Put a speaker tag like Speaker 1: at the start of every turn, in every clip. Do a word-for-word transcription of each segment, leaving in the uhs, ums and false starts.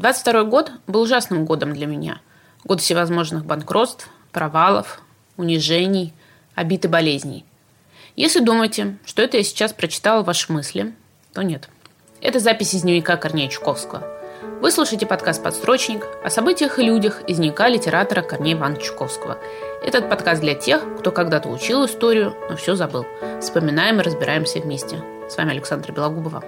Speaker 1: двадцать второй год был ужасным годом для меня. Год всевозможных банкротств, провалов, унижений, обид и болезней. Если думаете, что это я сейчас прочитала ваши мысли, то нет. Это запись из дневника Корнея Чуковского. Вы слушаете подкаст «Подстрочник» о событиях и людях из дневника литератора Корнея Ивановича Чуковского. Этот подкаст для тех, кто когда-то учил историю, но все забыл. Вспоминаем и разбираемся вместе. С вами Александра Белогубова.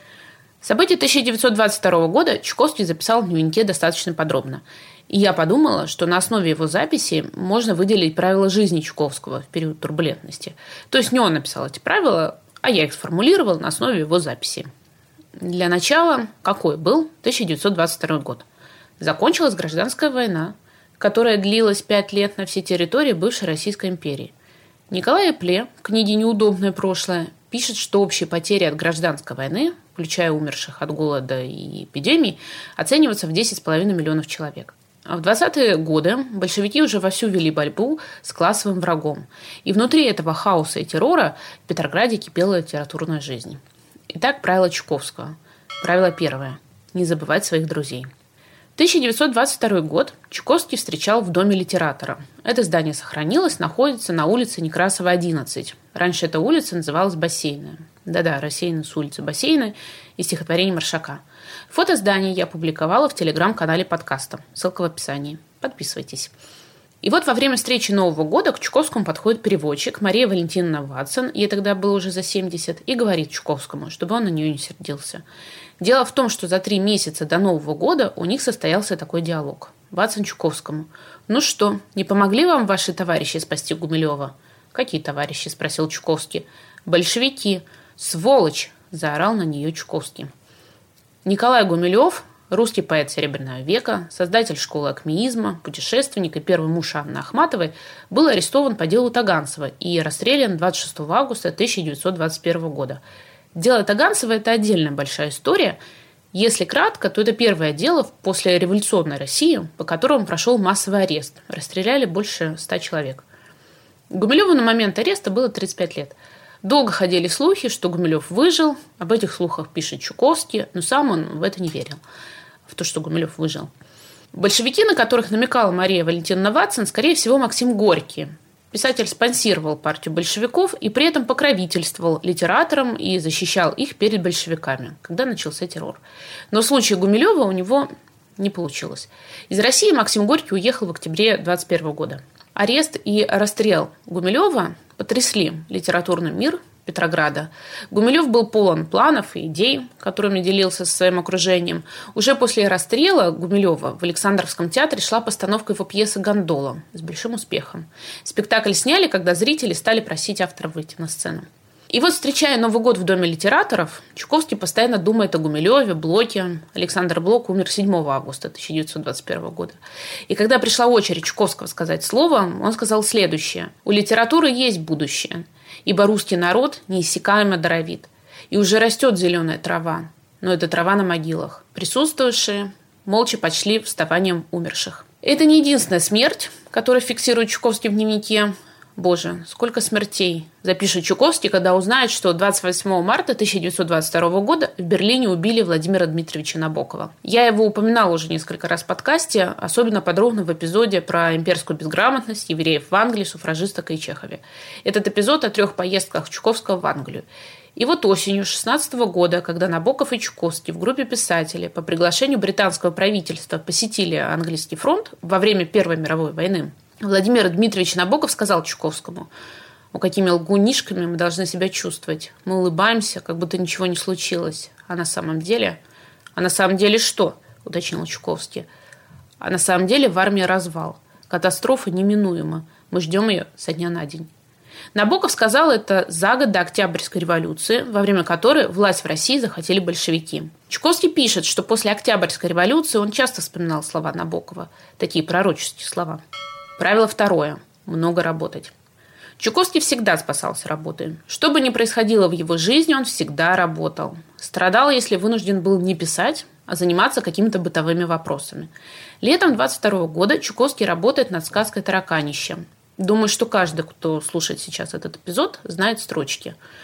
Speaker 1: События тысяча девятьсот двадцать второго года Чуковский записал в дневнике достаточно подробно. И я подумала, что на основе его записи можно выделить правила жизни Чуковского в период турбулентности. То есть не он написал эти правила, а я их сформулировала на основе его записи. Для начала, какой был тысяча девятьсот двадцать второй год? Закончилась гражданская война, которая длилась пять лет на всей территории бывшей Российской империи. Николай Эпле в книге «Неудобное прошлое» пишет, что общие потери от гражданской войны, включая умерших от голода и эпидемий, оцениваются в десять с половиной миллионов человек. А в двадцатые годы большевики уже вовсю вели борьбу с классовым врагом. И внутри этого хаоса и террора в Петрограде кипела литературная жизнь. Итак, правило Чуковского. Правило первое. Не забывать своих друзей. тысяча девятьсот двадцать второй год Чуковский встречал в Доме литератора. Это здание сохранилось, находится на улице Некрасова, одиннадцать. Раньше эта улица называлась Бассейная. Да-да, рассеяна с улицы Бассейной из стихотворения Маршака. Фото здания я опубликовала в телеграм-канале подкаста. Ссылка в описании. Подписывайтесь. И вот во время встречи Нового года к Чуковскому подходит переводчик Мария Валентиновна Ватсон, ей тогда было уже за семьдесят, и говорит Чуковскому, чтобы он на нее не сердился. Дело в том, что за три месяца до Нового года у них состоялся такой диалог. Ватсон Чуковскому. «Ну что, не помогли вам ваши товарищи спасти Гумилева?» «Какие товарищи?» – спросил Чуковский. «Большевики. Сволочь!» – заорал на нее Чуковский. Николай Гумилев, русский поэт Серебряного века, создатель школы акмеизма, путешественник и первый муж Анны Ахматовой, был арестован по делу Таганцева и расстрелян двадцать шестого августа тысяча девятьсот двадцать первого года. Дело Таганцева – это отдельная большая история. Если кратко, то это первое дело после революционной России, по которому прошел массовый арест. Расстреляли больше ста человек. Гумилеву на момент ареста было тридцать пять лет. Долго ходили слухи, что Гумилев выжил. Об этих слухах пишет Чуковский, но сам он в это не верил, в то, что Гумилев выжил. Большевики, на которых намекала Мария Валентиновна Ватсон, скорее всего, Максим Горький. Писатель спонсировал партию большевиков и при этом покровительствовал литераторам и защищал их перед большевиками, когда начался террор. Но в случае Гумилева у него не получилось. Из России Максим Горький уехал в октябре двадцать первого года. Арест и расстрел Гумилева потрясли литературный мир Петрограда. Гумилев был полон планов и идей, которыми делился со своим окружением. Уже после расстрела Гумилева в Александровском театре шла постановка его пьесы «Гондола» с большим успехом. Спектакль сняли, когда зрители стали просить автора выйти на сцену. И вот, встречая Новый год в Доме литераторов, Чуковский постоянно думает о Гумилеве, Блоке. Александр Блок умер седьмого августа тысяча девятьсот двадцать первого года. И когда пришла очередь Чуковского сказать слово, он сказал следующее. «У литературы есть будущее, ибо русский народ неиссякаемо даровит. И уже растет зеленая трава, но это трава на могилах». Присутствующие молча почли вставанием умерших. Это не единственная смерть, которую фиксирует Чуковский в дневнике. Боже, сколько смертей, запишет Чуковский, когда узнает, что двадцать восьмого марта тысяча девятьсот двадцать второго года в Берлине убили Владимира Дмитриевича Набокова. Я его упоминала уже несколько раз в подкасте, особенно подробно в эпизоде про имперскую безграмотность евреев в Англии, суфражисток и Чехове. Этот эпизод о трех поездках Чуковского в Англию. И вот осенью шестнадцатого года, когда Набоков и Чуковский в группе писателей по приглашению британского правительства посетили английский фронт во время Первой мировой войны, Владимир Дмитриевич Набоков сказал Чуковскому: «Ну, какими лгунишками мы должны себя чувствовать? Мы улыбаемся, как будто ничего не случилось. А на самом деле...» «А на самом деле что?» – уточнил Чуковский. «А на самом деле в армии развал. Катастрофа неминуема. Мы ждем ее со дня на день». Набоков сказал это за год до Октябрьской революции, во время которой власть в России захватили большевики. Чуковский пишет, что после Октябрьской революции он часто вспоминал слова Набокова, такие пророческие слова. Правило второе. Много работать. Чуковский всегда спасался работой. Что бы ни происходило в его жизни, он всегда работал. Страдал, если вынужден был не писать, а заниматься какими-то бытовыми вопросами. Летом двадцать второго года Чуковский работает над сказкой «Тараканище». Думаю, что каждый, кто слушает сейчас этот эпизод, знает строчки.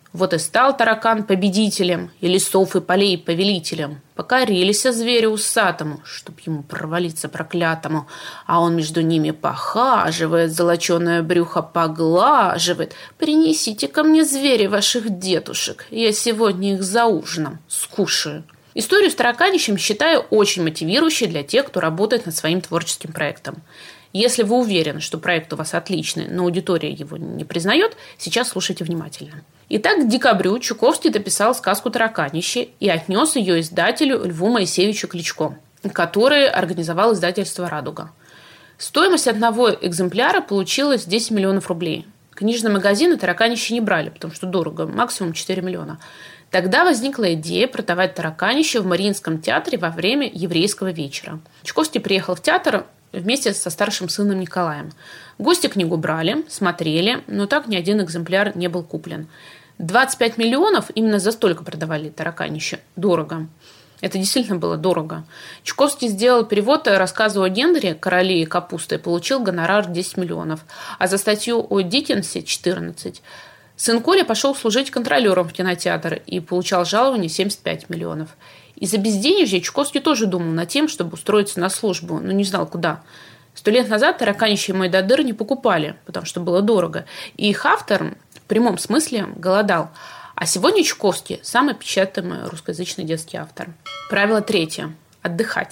Speaker 1: Вот и стал таракан победителем, и лесов и полей повелителем. Покорились зверю усатому, чтоб ему провалиться проклятому. А он между ними похаживает, золоченое брюхо поглаживает. Принесите ко мне звери ваших дедушек, я сегодня их за ужином скушаю. Историю с тараканищем считаю очень мотивирующей для тех, кто работает над своим творческим проектом. Если вы уверены, что проект у вас отличный, но аудитория его не признает, сейчас слушайте внимательно. Итак, к декабрю Чуковский дописал сказку «Тараканище» и отнес ее издателю Льву Моисеевичу Кличко, который организовал издательство «Радуга». Стоимость одного экземпляра получилась десять миллионов рублей. Книжные магазины «Тараканище» не брали, потому что дорого, максимум четыре миллиона. Тогда возникла идея продавать «Тараканище» в Мариинском театре во время еврейского вечера. Чуковский приехал в театр вместе со старшим сыном Николаем. Гости книгу брали, смотрели, но так ни один экземпляр не был куплен. двадцать пять миллионов именно за столько продавали «Тараканище». Дорого. Это действительно было дорого. Чуковский сделал перевод рассказа о Генри «Короле и капусты» и получил гонорар десять миллионов, а за статью о Диккенсе – четырнадцать. Сын Коля пошел служить контролером в кинотеатр и получал жалование семьдесят пять миллионов. Из-за безденежья Чуковский тоже думал над тем, чтобы устроиться на службу, но не знал, куда. Сто лет назад «Тараканище» и «Мойдодыр» не покупали, потому что было дорого. И их автор в прямом смысле голодал. А сегодня Чуковский – самый печатаемый русскоязычный детский автор. Правило третье – отдыхать.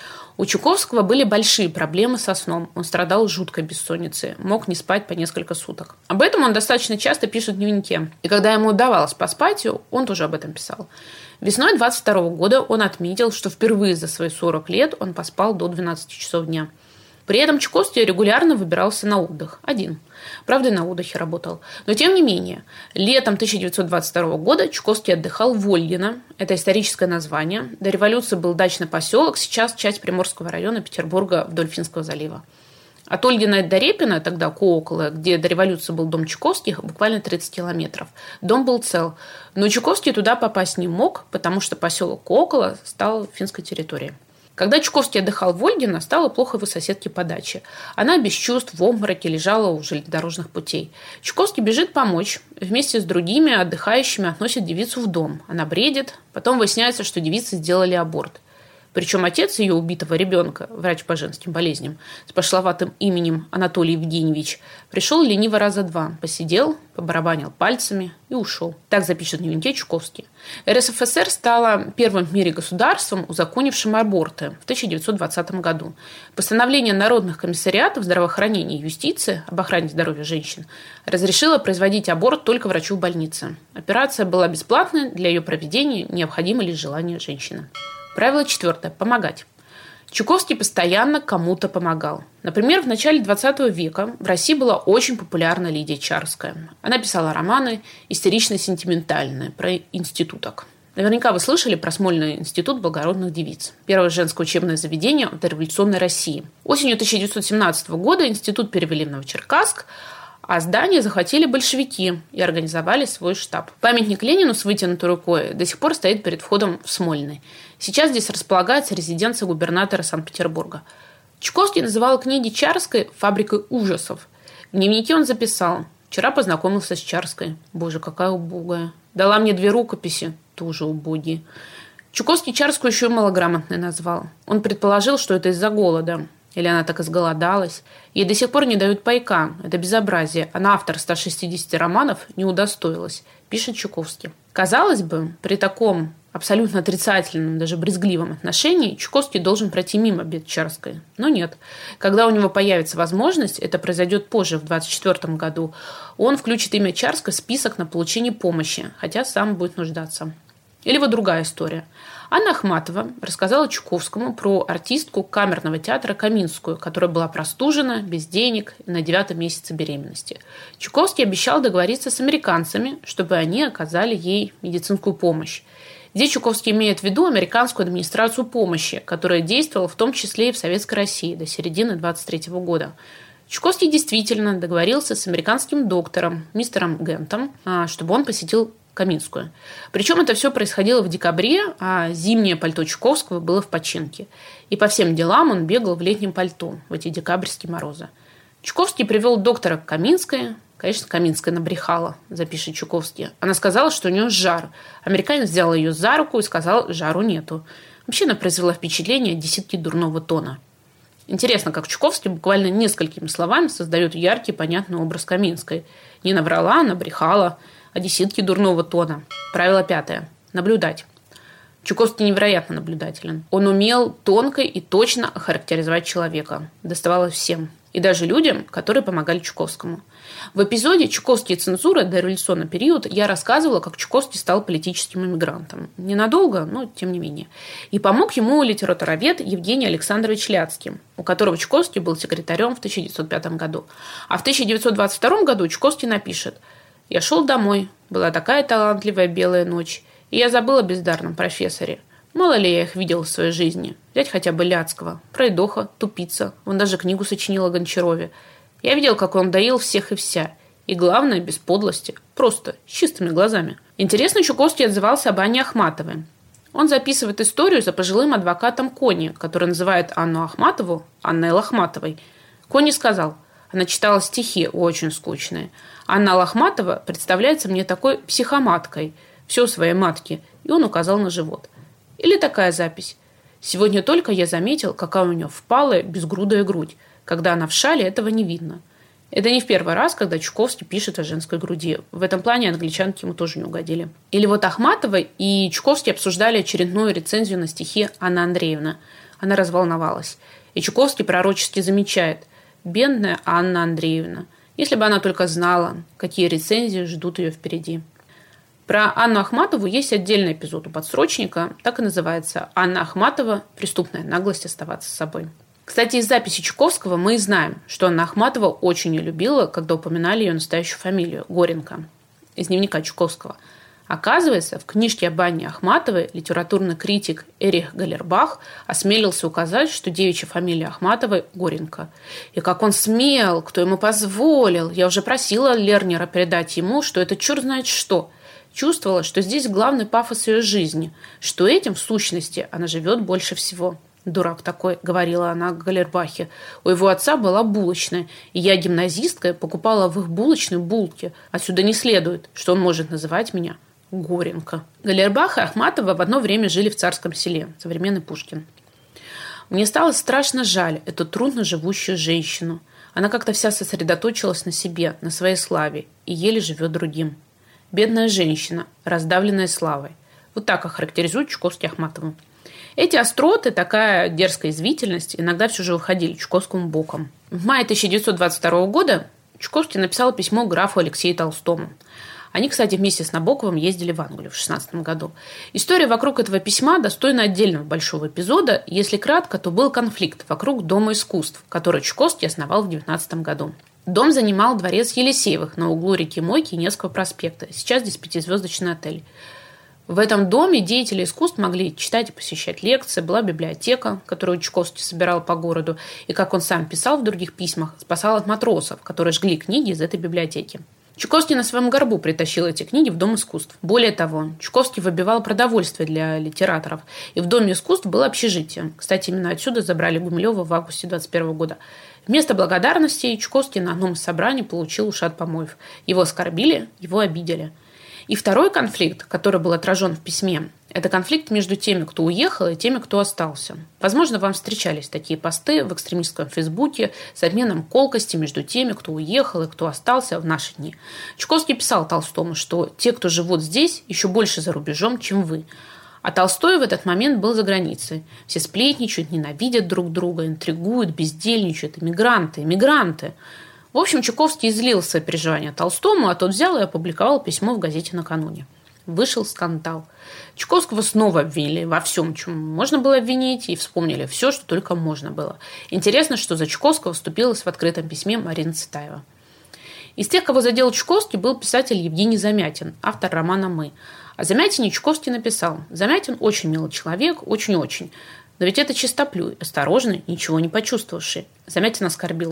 Speaker 1: У Чуковского были большие проблемы со сном. Он страдал жуткой бессонницей, мог не спать по несколько суток. Об этом он достаточно часто пишет в дневнике. И когда ему удавалось поспать, он тоже об этом писал. Весной двадцать второго года он отметил, что впервые за свои сорок лет он поспал до двенадцати часов дня. При этом Чуковский регулярно выбирался на отдых. Один. Правда, и на отдыхе работал. Но тем не менее, летом тысяча девятьсот двадцать второго года Чуковский отдыхал в Ольгино. Это историческое название. До революции был дачный поселок, сейчас часть Приморского района Петербурга вдоль Финского залива. От Ольгина до Репина, тогда Коокола, где до революции был дом Чуковских, буквально тридцать километров. Дом был цел. Но Чуковский туда попасть не мог, потому что поселок Коокола стал финской территорией. Когда Чуковский отдыхал в Ольгино, стало плохо его соседке по даче. Она без чувств, в обмороке лежала у железнодорожных путей. Чуковский бежит помочь. Вместе с другими отдыхающими относит девицу в дом. Она бредит. Потом выясняется, что девице сделали аборт. Причем отец ее убитого ребенка, врач по женским болезням, с пошловатым именем Анатолий Евгеньевич, пришел лениво раза два, посидел, побарабанил пальцами и ушел. Так запишет в дневнике Чуковский. РСФСР стала первым в мире государством, узаконившим аборты в тысяча девятьсот двадцатом году. Постановление народных комиссариатов здравоохранения и юстиции об охране здоровья женщин разрешило производить аборт только врачу в больнице. Операция была бесплатной, для ее проведения необходимо лишь желание женщины. Правило четвертое. Помогать. Чуковский постоянно кому-то помогал. Например, в начале двадцатого века в России была очень популярна Лидия Чарская. Она писала романы истерично-сентиментальные про институток. Наверняка вы слышали про Смольный институт благородных девиц. Первое женское учебное заведение в дореволюционной России. Осенью тысяча девятьсот семнадцатого года институт перевели в Новочеркасск, а здание захватили большевики и организовали свой штаб. Памятник Ленину с вытянутой рукой до сих пор стоит перед входом в Смольный. Сейчас здесь располагается резиденция губернатора Санкт-Петербурга. Чуковский называл книги Чарской «фабрикой ужасов». В дневнике он записал: «Вчера познакомился с Чарской. Боже, какая убогая. Дала мне две рукописи, тоже убогие». Чуковский Чарскую еще и малограмотной назвал. Он предположил, что это из-за голода. Или она так изголодалась. Ей до сих пор не дают пайка. Это безобразие. Она, автор ста шестидесяти романов, не удостоилась, пишет Чуковский. Казалось бы, при таком абсолютно отрицательном, даже брезгливом отношении Чуковский должен пройти мимо бед Чарской. Но нет. Когда у него появится возможность, это произойдет позже, в двадцать четвёртом году, он включит имя Чарской в список на получение помощи, хотя сам будет нуждаться. Или вот другая история. Анна Ахматова рассказала Чуковскому про артистку камерного театра Каминскую, которая была простужена, без денег и на девятом месяце беременности. Чуковский обещал договориться с американцами, чтобы они оказали ей медицинскую помощь. Здесь Чуковский имеет в виду американскую администрацию помощи, которая действовала в том числе и в Советской России до середины двадцать третьего года. Чуковский действительно договорился с американским доктором, мистером Гентом, чтобы он посетил Каминскую. Причем это все происходило в декабре, а зимнее пальто Чуковского было в починке. И по всем делам он бегал в летнем пальто в эти декабрьские морозы. Чуковский привел доктора к Каминской. Конечно, Каминская набрехала, запишет Чуковский. Она сказала, что у нее жар. Американец взял ее за руку и сказал, жару нету. Вообще она произвела впечатление десятки дурного тона. Интересно, как Чуковский буквально несколькими словами создает яркий, понятный образ Каминской. Не наврала, набрехала, а десятки дурного тона. Правило пятое. Наблюдать. Чуковский невероятно наблюдателен. Он умел тонко и точно охарактеризовать человека. Доставалось всем. И даже людям, которые помогали Чуковскому. В эпизоде «Чуковский и цензура. Дореволюционный период» я рассказывала, как Чуковский стал политическим эмигрантом. Ненадолго, но тем не менее. И помог ему литературовед Евгений Александрович Ляцкий, у которого Чуковский был секретарем в тысяча девятьсот пятом году. А в тысяча девятьсот двадцать втором году Чуковский напишет: «Я шел домой. Была такая талантливая белая ночь. И я забыл о бездарном профессоре. Мало ли я их видел в своей жизни. Взять хотя бы Ляцкого. Пройдоха, тупица. Он даже книгу сочинил о Гончарове. Я видел, как он доил всех и вся. И главное, без подлости. Просто, с чистыми глазами». Интересно, Чуковский отзывался об Анне Ахматовой. Он записывает историю за пожилым адвокатом Кони, который называет Анну Ахматову Анной Лохматовой. Кони сказал: «Она читала стихи, очень скучные. Анна Лохматова представляется мне такой психоматкой. Все у своей матки». И он указал на живот. Или такая запись: «Сегодня только я заметил, какая у нее впалая, безгрудая грудь. Когда она в шале, этого не видно». Это не в первый раз, когда Чуковский пишет о женской груди. В этом плане англичанки ему тоже не угодили. Или вот Ахматова и Чуковский обсуждали очередную рецензию на стихи Анны Андреевны. Она разволновалась. И Чуковский пророчески замечает: «Бедная Анна Андреевна. Если бы она только знала, какие рецензии ждут ее впереди». Про Анну Ахматову есть отдельный эпизод у подсрочника, так и называется «Анна Ахматова. Преступная наглость оставаться с собой». Кстати, из записи Чуковского мы и знаем, что Анна Ахматова очень ее любила, когда упоминали ее настоящую фамилию – Горенко, из дневника Чуковского. Оказывается, в книжке об Анне Ахматовой литературный критик Эрих Галлербах осмелился указать, что девичья фамилия Ахматовой – Горенко. И как он смел, кто ему позволил. Я уже просила Лернера передать ему, что это черт знает что. Чувствовала, что здесь главный пафос ее жизни, что этим, в сущности, она живет больше всего. «Дурак такой», — говорила она о Галлербахе. «У его отца была булочная, и я, гимназистка, покупала в их булочной булки. Отсюда не следует, что он может называть меня Горенко». Галлербах и Ахматова в одно время жили в Царском Селе, современный Пушкин. Мне стало страшно жаль эту трудно живущую женщину. Она как-то вся сосредоточилась на себе, на своей славе, и еле живет другим. Бедная женщина, раздавленная славой. Вот так охарактеризует Чуковский Ахматову. Эти остроты, такая дерзкая извительность иногда все же выходили Чуковскому боком. В мае тысяча девятьсот двадцать второго года Чуковский написал письмо графу Алексею Толстому. Они, кстати, вместе с Набоковым ездили в Англию в шестнадцатом году. История вокруг этого письма достойна отдельного большого эпизода. Если кратко, то был конфликт вокруг Дома искусств, который Чуковский основал в девятнадцатом году. Дом занимал дворец Елисеевых на углу реки Мойки и Невского проспекта. Сейчас здесь пятизвездочный отель. В этом доме деятели искусств могли читать и посещать лекции. Была библиотека, которую Чуковский собирал по городу. И, как он сам писал в других письмах, спасал от матросов, которые жгли книги из этой библиотеки. Чуковский на своем горбу притащил эти книги в Дом искусств. Более того, Чуковский выбивал продовольствие для литераторов. И в Доме искусств было общежитие. Кстати, именно отсюда забрали Гумилева в августе двадцать первого года. Вместо благодарности Чуковский на одном из собраний получил ушат помоев. Его оскорбили, его обидели. И второй конфликт, который был отражен в письме, это конфликт между теми, кто уехал, и теми, кто остался. Возможно, вам встречались такие посты в экстремистском фейсбуке с обменом колкости между теми, кто уехал и кто остался в наши дни. Чуковский писал Толстому, что те, кто живут здесь, еще больше за рубежом, чем вы. А Толстой в этот момент был за границей. Все сплетничают, ненавидят друг друга, интригуют, бездельничают. Эмигранты, эмигранты. В общем, Чуковский излил свои переживания Толстому, а тот взял и опубликовал письмо в газете накануне. Вышел скандал. Чуковского снова обвинили во всем, чем можно было обвинить, и вспомнили все, что только можно было. Интересно, что за Чуковского вступилась в открытом письме Марина Цветаева. Из тех, кого задел Чуковский, был писатель Евгений Замятин, автор романа «Мы». О Замятине Чуковский написал: «Замятин очень милый человек, очень-очень. Но ведь это чистоплюй, осторожный, ничего не почувствовавший». Замятин оскорбился.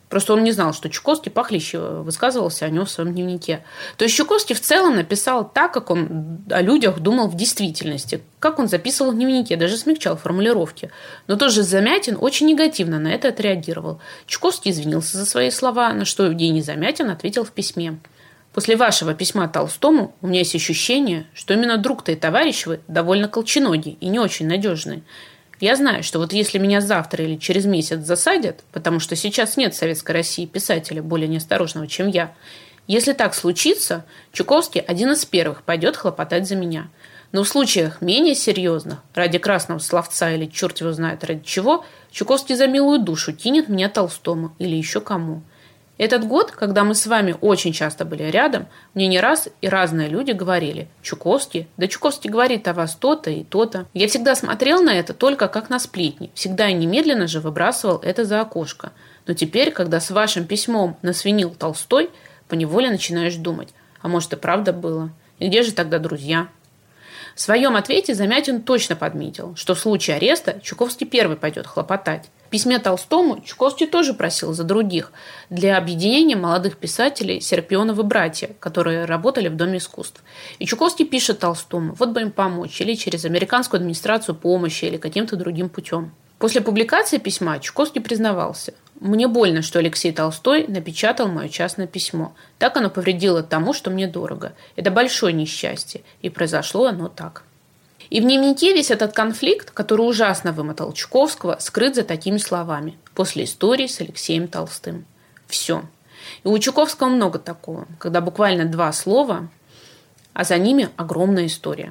Speaker 1: Просто он не знал, что Чуковский похлеще высказывался о нем в своем дневнике. То есть Чуковский в целом написал так, как он о людях думал в действительности, как он записывал в дневнике, даже смягчал формулировки. Но тоже Замятин очень негативно на это отреагировал. Чуковский извинился за свои слова, на что Евгений Замятин ответил в письме. «После вашего письма Толстому у меня есть ощущение, что именно друг-то и товарищ вы довольно колченогий и не очень надежный. Я знаю, что вот если меня завтра или через месяц засадят, потому что сейчас нет в Советской России писателя более неосторожного, чем я, если так случится, Чуковский один из первых пойдет хлопотать за меня. Но в случаях менее серьезных, ради красного словца или черт его знает ради чего, Чуковский за милую душу кинет меня Толстому или еще кому. Этот год, когда мы с вами очень часто были рядом, мне не раз и разные люди говорили: Чуковский, да Чуковский говорит о вас то-то и то-то. Я всегда смотрел на это только как на сплетни, всегда и немедленно же выбрасывал это за окошко. Но теперь, когда с вашим письмом насвинил Толстой, поневоле начинаешь думать: а может и правда было? И где же тогда друзья? В своем ответе Замятин точно подметил, что в случае ареста Чуковский первый пойдет хлопотать. В письме Толстому Чуковский тоже просил за других для объединения молодых писателей Серпионовы братья, которые работали в Доме искусств. И Чуковский пишет Толстому: вот бы им помочь, или через американскую администрацию помощи, или каким-то другим путем. После публикации письма Чуковский признавался: «Мне больно, что Алексей Толстой напечатал мое частное письмо. Так оно повредило тому, что мне дорого. Это большое несчастье, и произошло оно так». И в дневнике весь этот конфликт, который ужасно вымотал Чуковского, скрыт за такими словами: «После истории с Алексеем Толстым». Все. И у Чуковского много такого, когда буквально два слова, а за ними огромная история.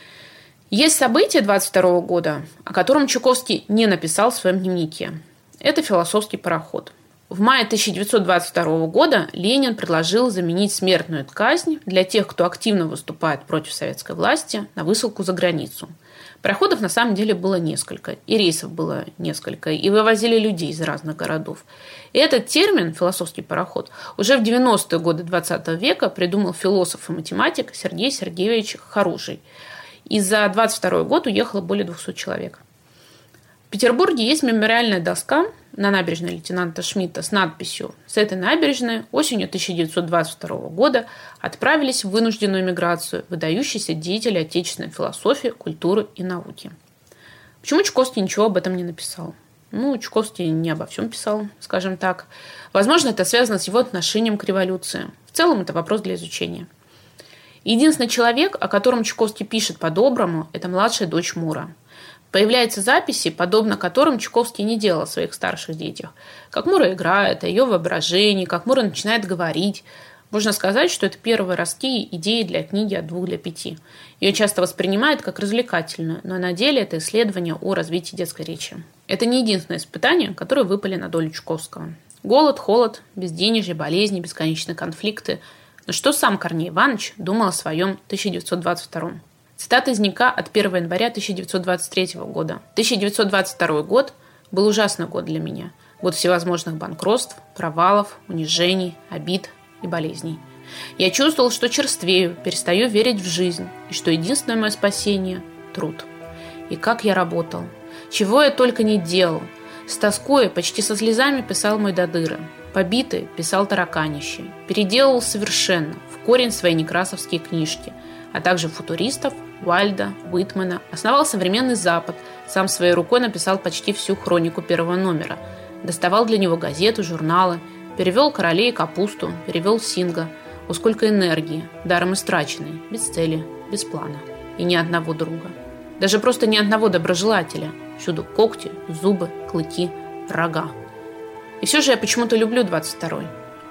Speaker 1: Есть событие двадцать второго года, о котором Чуковский не написал в своем дневнике. Это философский пароход. В мае тысяча девятьсот двадцать второго года Ленин предложил заменить смертную казнь для тех, кто активно выступает против советской власти, на высылку за границу. Пароходов на самом деле было несколько, и рейсов было несколько, и вывозили людей из разных городов. И этот термин, философский пароход, уже в девяностые годы двадцатого века придумал философ и математик Сергей Сергеевич Харужий. И за двадцать второй год уехало более двухсот человек. В Петербурге есть мемориальная доска на набережной лейтенанта Шмидта с надписью: «С этой набережной осенью тысяча девятьсот двадцать второго года отправились в вынужденную эмиграцию выдающиеся деятели отечественной философии, культуры и науки». Почему Чуковский ничего об этом не написал? Ну, Чуковский не обо всем писал, скажем так. Возможно, это связано с его отношением к революции. В целом, это вопрос для изучения. Единственный человек, о котором Чуковский пишет по-доброму, это младшая дочь Мура. Появляются записи, подобно которым Чуковский не делал о своих старших детях. Как Мура играет, о ее воображении, как Мура начинает говорить. Можно сказать, что это первые ростки идеи для книги «От двух до пяти». Ее часто воспринимают как развлекательную, но на деле это исследование о развитии детской речи. Это не единственное испытание, которое выпали на долю Чуковского. Голод, холод, безденежье, болезни, бесконечные конфликты. Но что сам Корней Иванович думал о своем тысяча девятьсот двадцать втором? Цитата из дневника от первого января тысяча девятьсот двадцать третьего года. тысяча девятьсот двадцать второй год был ужасный год для меня. Год всевозможных банкротств, провалов, унижений, обид и болезней. Я чувствовал, что черствею, перестаю верить в жизнь, и что единственное мое спасение – труд. И как я работал. Чего я только не делал. С тоской, почти со слезами писал мой Додыра. Побитый писал тараканище. Переделал совершенно, в корень свои некрасовские книжки, а также футуристов, Уайльда, Уитмена, основал современный Запад, сам своей рукой написал почти всю хронику первого номера, доставал для него газеты, журналы, перевел «Королей и капусту», перевел Синга. О, сколько энергии, даром истраченной, без цели, без плана. И ни одного друга. Даже просто ни одного доброжелателя. Всюду когти, зубы, клыки, рога. И все же я почему-то люблю двадцать второй.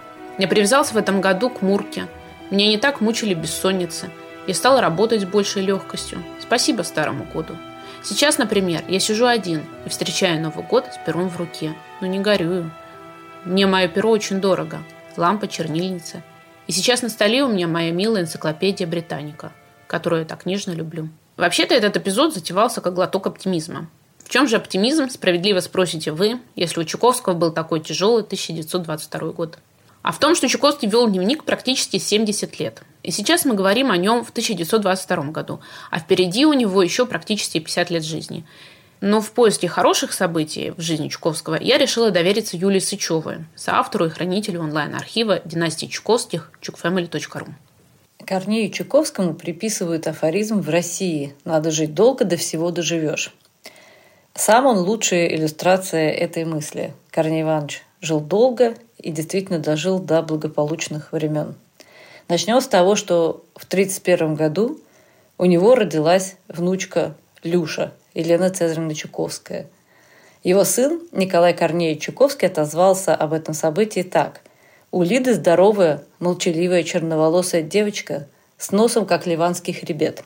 Speaker 1: Я привязался в этом году к Мурке. Меня не так мучили бессонницы. Я стал работать с большей легкостью. Спасибо старому году. Сейчас, например, я сижу один и встречаю Новый год с пером в руке. Но не горюю. Мне мое перо очень дорого. Лампа, чернильница. И сейчас на столе у меня моя милая энциклопедия Британика, которую я так нежно люблю. Вообще-то этот эпизод затевался как глоток оптимизма. В чем же оптимизм, справедливо спросите вы, если у Чуковского был такой тяжелый тысяча девятьсот двадцать второй год? А в том, что Чуковский вел дневник практически семьдесят лет. И сейчас мы говорим о нем в тысяча девятьсот двадцать втором году, а впереди у него еще практически пятьдесят лет жизни. Но в поиске хороших событий в жизни Чуковского я решила довериться Юлии Сычевой, соавтору и хранителю онлайн-архива династии Чуковских чукфэмили точка ру.
Speaker 2: Корнею Чуковскому приписывают афоризм «В России надо жить долго, до всего доживешь». Сам он лучшая иллюстрация этой мысли. Корней Иванович жил долго и действительно дожил до благополучных времен. Начнем с того, что в тридцать первом году у него родилась внучка Люша, Елена Цезаревна Чуковская. Его сын Николай Корнеевич Чуковский отозвался об этом событии так: «У Лиды здоровая, молчаливая, черноволосая девочка с носом, как ливанский хребет».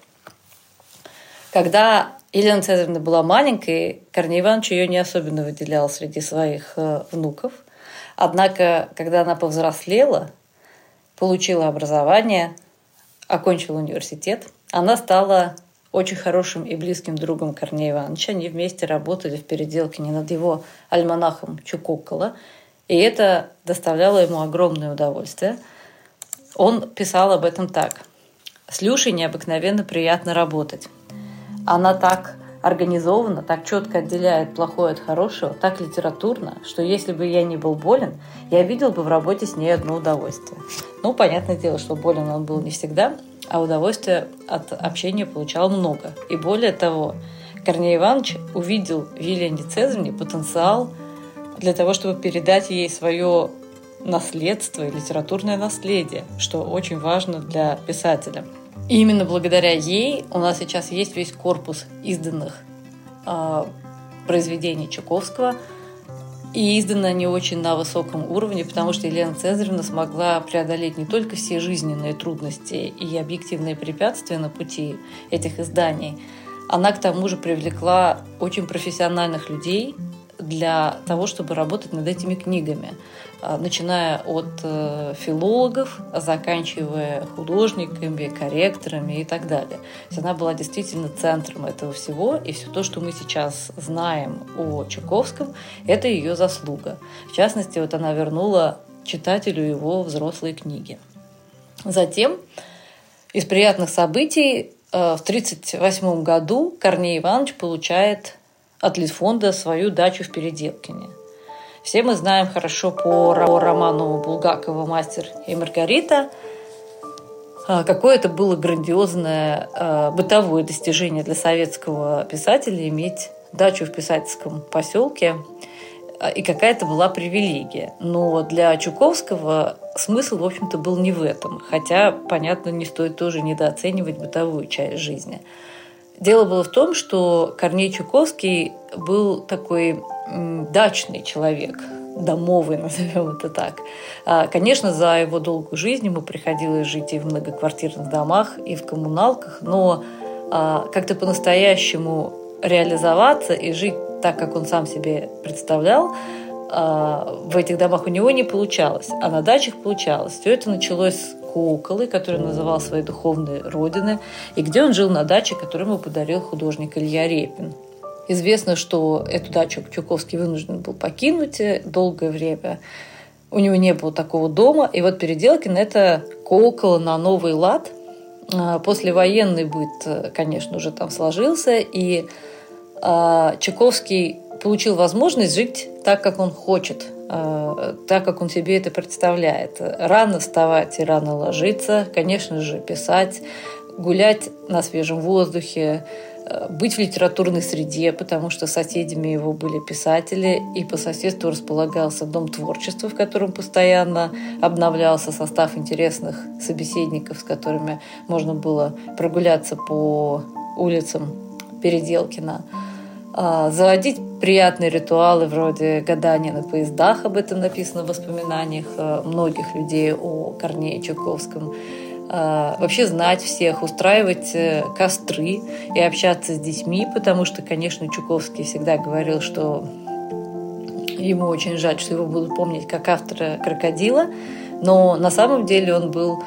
Speaker 2: Когда Елена Цезаревна была маленькой, Корней Иванович ее не особенно выделял среди своих э, внуков. Однако, когда она повзрослела, получила образование, окончила университет, она стала очень хорошим и близким другом Корнея Ивановича. Они вместе работали в Переделкине над его альманахом «Чукокола», и это доставляло ему огромное удовольствие. Он писал об этом так: «С Люшей необыкновенно приятно работать. Она так организована, так четко отделяет плохое от хорошего, так литературно, что если бы я не был болен, я видел бы в работе с ней одно удовольствие». Ну, понятное дело, что болен он был не всегда, а удовольствия от общения получал много. И более того, Корней Иванович увидел в Елене Цезаревне потенциал для того, чтобы передать ей свое наследство и литературное наследие, что очень важно для писателя. И именно благодаря ей у нас сейчас есть весь корпус изданных э, произведений Чуковского. И изданы они очень на высоком уровне, потому что Елена Цезаревна смогла преодолеть не только все жизненные трудности и объективные препятствия на пути этих изданий, она к тому же привлекла очень профессиональных людей для того, чтобы работать над этими книгами, начиная от филологов, заканчивая художниками, корректорами и так далее. То есть она была действительно центром этого всего, и все то, что мы сейчас знаем о Чуковском, это ее заслуга. В частности, вот она вернула читателю его взрослые книги. Затем из приятных событий в тридцать восьмом году Корней Иванович получает от Литфонда свою дачу в Переделкине. Все мы знаем хорошо по роману Булгакова «Мастер и Маргарита», какое это было грандиозное бытовое достижение для советского писателя иметь дачу в писательском поселке, и какая-то была привилегия. Но для Чуковского смысл, в общем-то, был не в этом, хотя, понятно, не стоит тоже недооценивать бытовую часть жизни. Дело было в том, что Корней Чуковский был такой дачный человек, домовый, назовем это так. Конечно, за его долгую жизнь ему приходилось жить и в многоквартирных домах, и в коммуналках, но как-то по-настоящему реализоваться и жить так, как он сам себе представлял, в этих домах у него не получалось, а на дачах получалось. Все это началось с Коколы, который называл своей духовной родиной, и где он жил на даче, которую ему подарил художник Илья Репин. Известно, что эту дачу Чуковский вынужден был покинуть долгое время. У него не было такого дома. И вот Переделкино – это Кокола на новый лад. Послевоенный быт, конечно, уже там сложился, и Чуковский получил возможность жить так, как он хочет, так, как он себе это представляет. Рано вставать и рано ложиться, конечно же, писать, гулять на свежем воздухе, быть в литературной среде, потому что соседями его были писатели, и по соседству располагался Дом творчества, в котором постоянно обновлялся состав интересных собеседников, с которыми можно было прогуляться по улицам Переделкина. Заводить приятные ритуалы вроде гадания на поездах, об этом написано в воспоминаниях многих людей о Корнее Чуковском. Вообще знать всех, устраивать костры и общаться с детьми, потому что, конечно, Чуковский всегда говорил, что ему очень жаль, что его будут помнить как автора «Крокодила», но на самом деле он был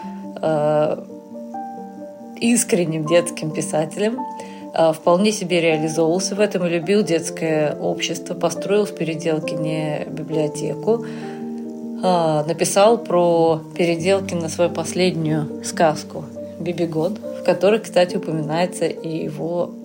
Speaker 2: искренним детским писателем, вполне себе реализовывался в этом и любил детское общество, построил в Переделкине библиотеку, написал про Переделкино свою последнюю сказку «Бибигон», в которой, кстати, упоминается и его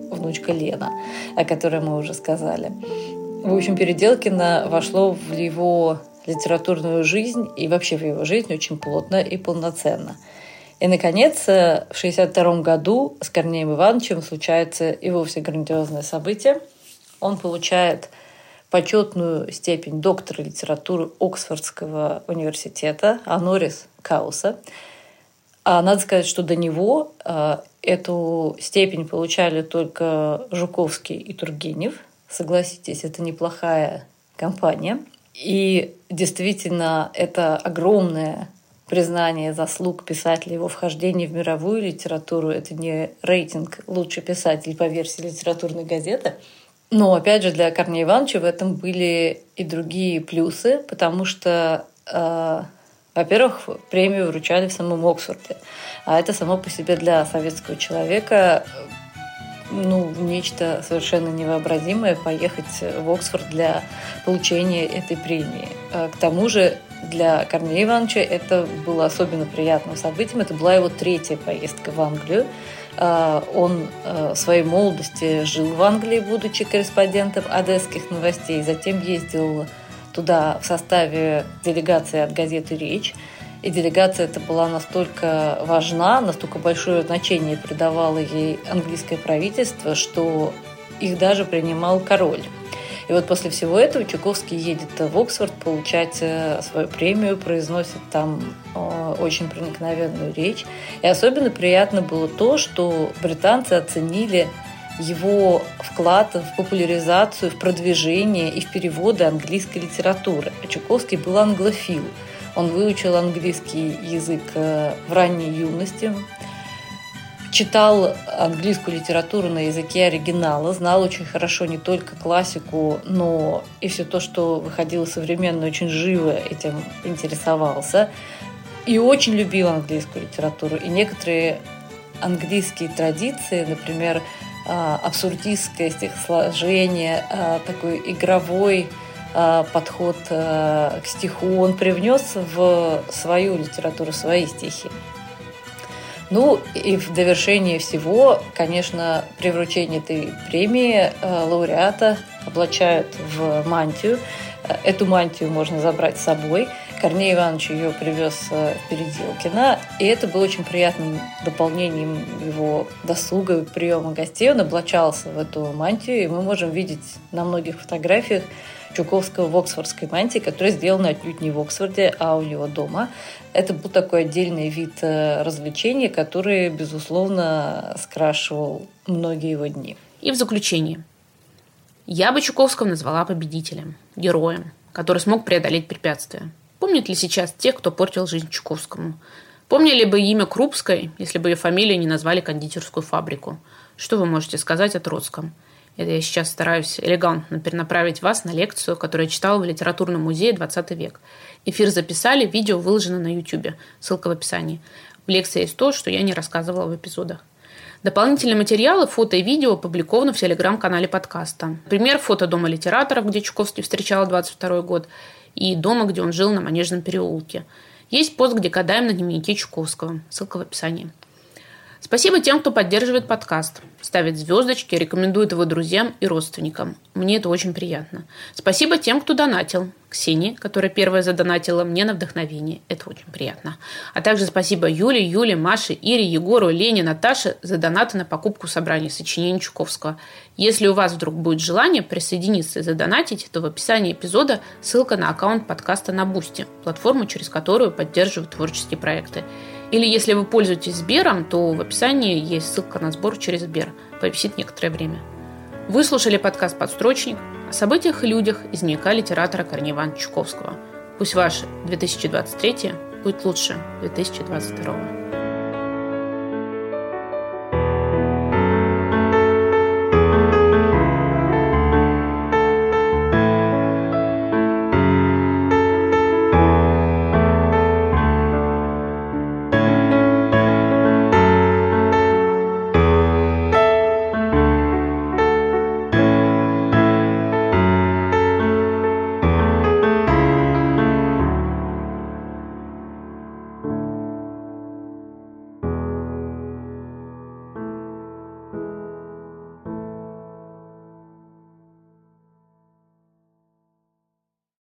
Speaker 2: внучка Лена, о которой мы уже сказали. В общем, Переделкино вошло в его литературную жизнь и вообще в его жизнь очень плотно и полноценно. И, наконец, в шестьдесят втором году с Корнеем Ивановичем случается и вовсе грандиозное событие. Он получает почетную степень доктора литературы Оксфордского университета Honoris Causa. А надо сказать, что до него э, эту степень получали только Жуковский и Тургенев. Согласитесь, это неплохая компания. И действительно, это огромное признание заслуг писателя, его вхождение в мировую литературу. Это не рейтинг «Лучший писатель» по версии литературной газеты. Но, опять же, для Корнея Ивановича в этом были и другие плюсы, потому что, э, во-первых, премию вручали в самом Оксфорде. А это само по себе для советского человека ну, нечто совершенно невообразимое — поехать в Оксфорд для получения этой премии. К тому же для Корнея Ивановича это было особенно приятным событием. Это была его третья поездка в Англию. Он в своей молодости жил в Англии, будучи корреспондентом одесских новостей. Затем ездил туда в составе делегации от газеты «Речь». И делегация эта была настолько важна, настолько большое значение придавало ей английское правительство, что их даже принимал король. И вот после всего этого Чуковский едет в Оксфорд получать свою премию, произносит там очень проникновенную речь. И особенно приятно было то, что британцы оценили его вклад в популяризацию, в продвижение и в переводы английской литературы. А Чуковский был англофил. Он выучил английский язык в ранней юности, читал английскую литературу на языке оригинала, знал очень хорошо не только классику, но и все то, что выходило современно, очень живо этим интересовался. И очень любил английскую литературу. И некоторые английские традиции, например, абсурдистское стихосложение, такой игровой подход к стиху, он привнес в свою литературу, свои стихи. Ну и в довершение всего, конечно, при вручении этой премии лауреата облачают в мантию. Эту мантию можно забрать с собой. Корней Иванович ее привез в Переделкино, и это было очень приятным дополнением его досуга, приема гостей. Он облачался в эту мантию, и мы можем видеть на многих фотографиях Чуковского в оксфордской мантии, которая сделана отнюдь не в Оксфорде, а у него дома. Это был такой отдельный вид развлечения, который, безусловно, скрашивал многие его дни.
Speaker 1: И в заключение. Я бы Чуковского назвала победителем, героем, который смог преодолеть препятствия. Помнят ли сейчас тех, кто портил жизнь Чуковскому? Помнили бы имя Крупской, если бы ее фамилией не назвали кондитерскую фабрику? Что вы можете сказать о Троцком? Это я сейчас стараюсь элегантно перенаправить вас на лекцию, которую я читала в литературном музее «двадцатый век». Эфир записали, видео выложено на YouTube. Ссылка в описании. В лекции есть то, что я не рассказывала в эпизодах. Дополнительные материалы, фото и видео опубликованы в телеграм-канале подкаста. Например, фото дома литераторов, где Чуковский встречал двадцать второй год, и дома, где он жил на Манежном переулке. Есть пост, где кадаем на дневнике Чуковского. Ссылка в описании. Спасибо тем, кто поддерживает подкаст, ставит звездочки, рекомендует его друзьям и родственникам. Мне это очень приятно. Спасибо тем, кто донатил. Ксении, которая первая задонатила мне на вдохновение. Это очень приятно. А также спасибо Юле, Юле, Маше, Ире, Егору, Лене, Наташе за донаты на покупку собрания сочинений Чуковского. Если у вас вдруг будет желание присоединиться и задонатить, то в описании эпизода ссылка на аккаунт подкаста на Бусти, платформу, через которую поддерживают творческие проекты. Или если вы пользуетесь Сбером, то в описании есть ссылка на сбор через Сбер. Повисит некоторое время. Вы слушали подкаст «Подстрочник» о событиях и людях из дневника литератора Корнея Ивановича Чуковского. Пусть ваше две тысячи двадцать третье будет лучше две тысячи двадцать второго.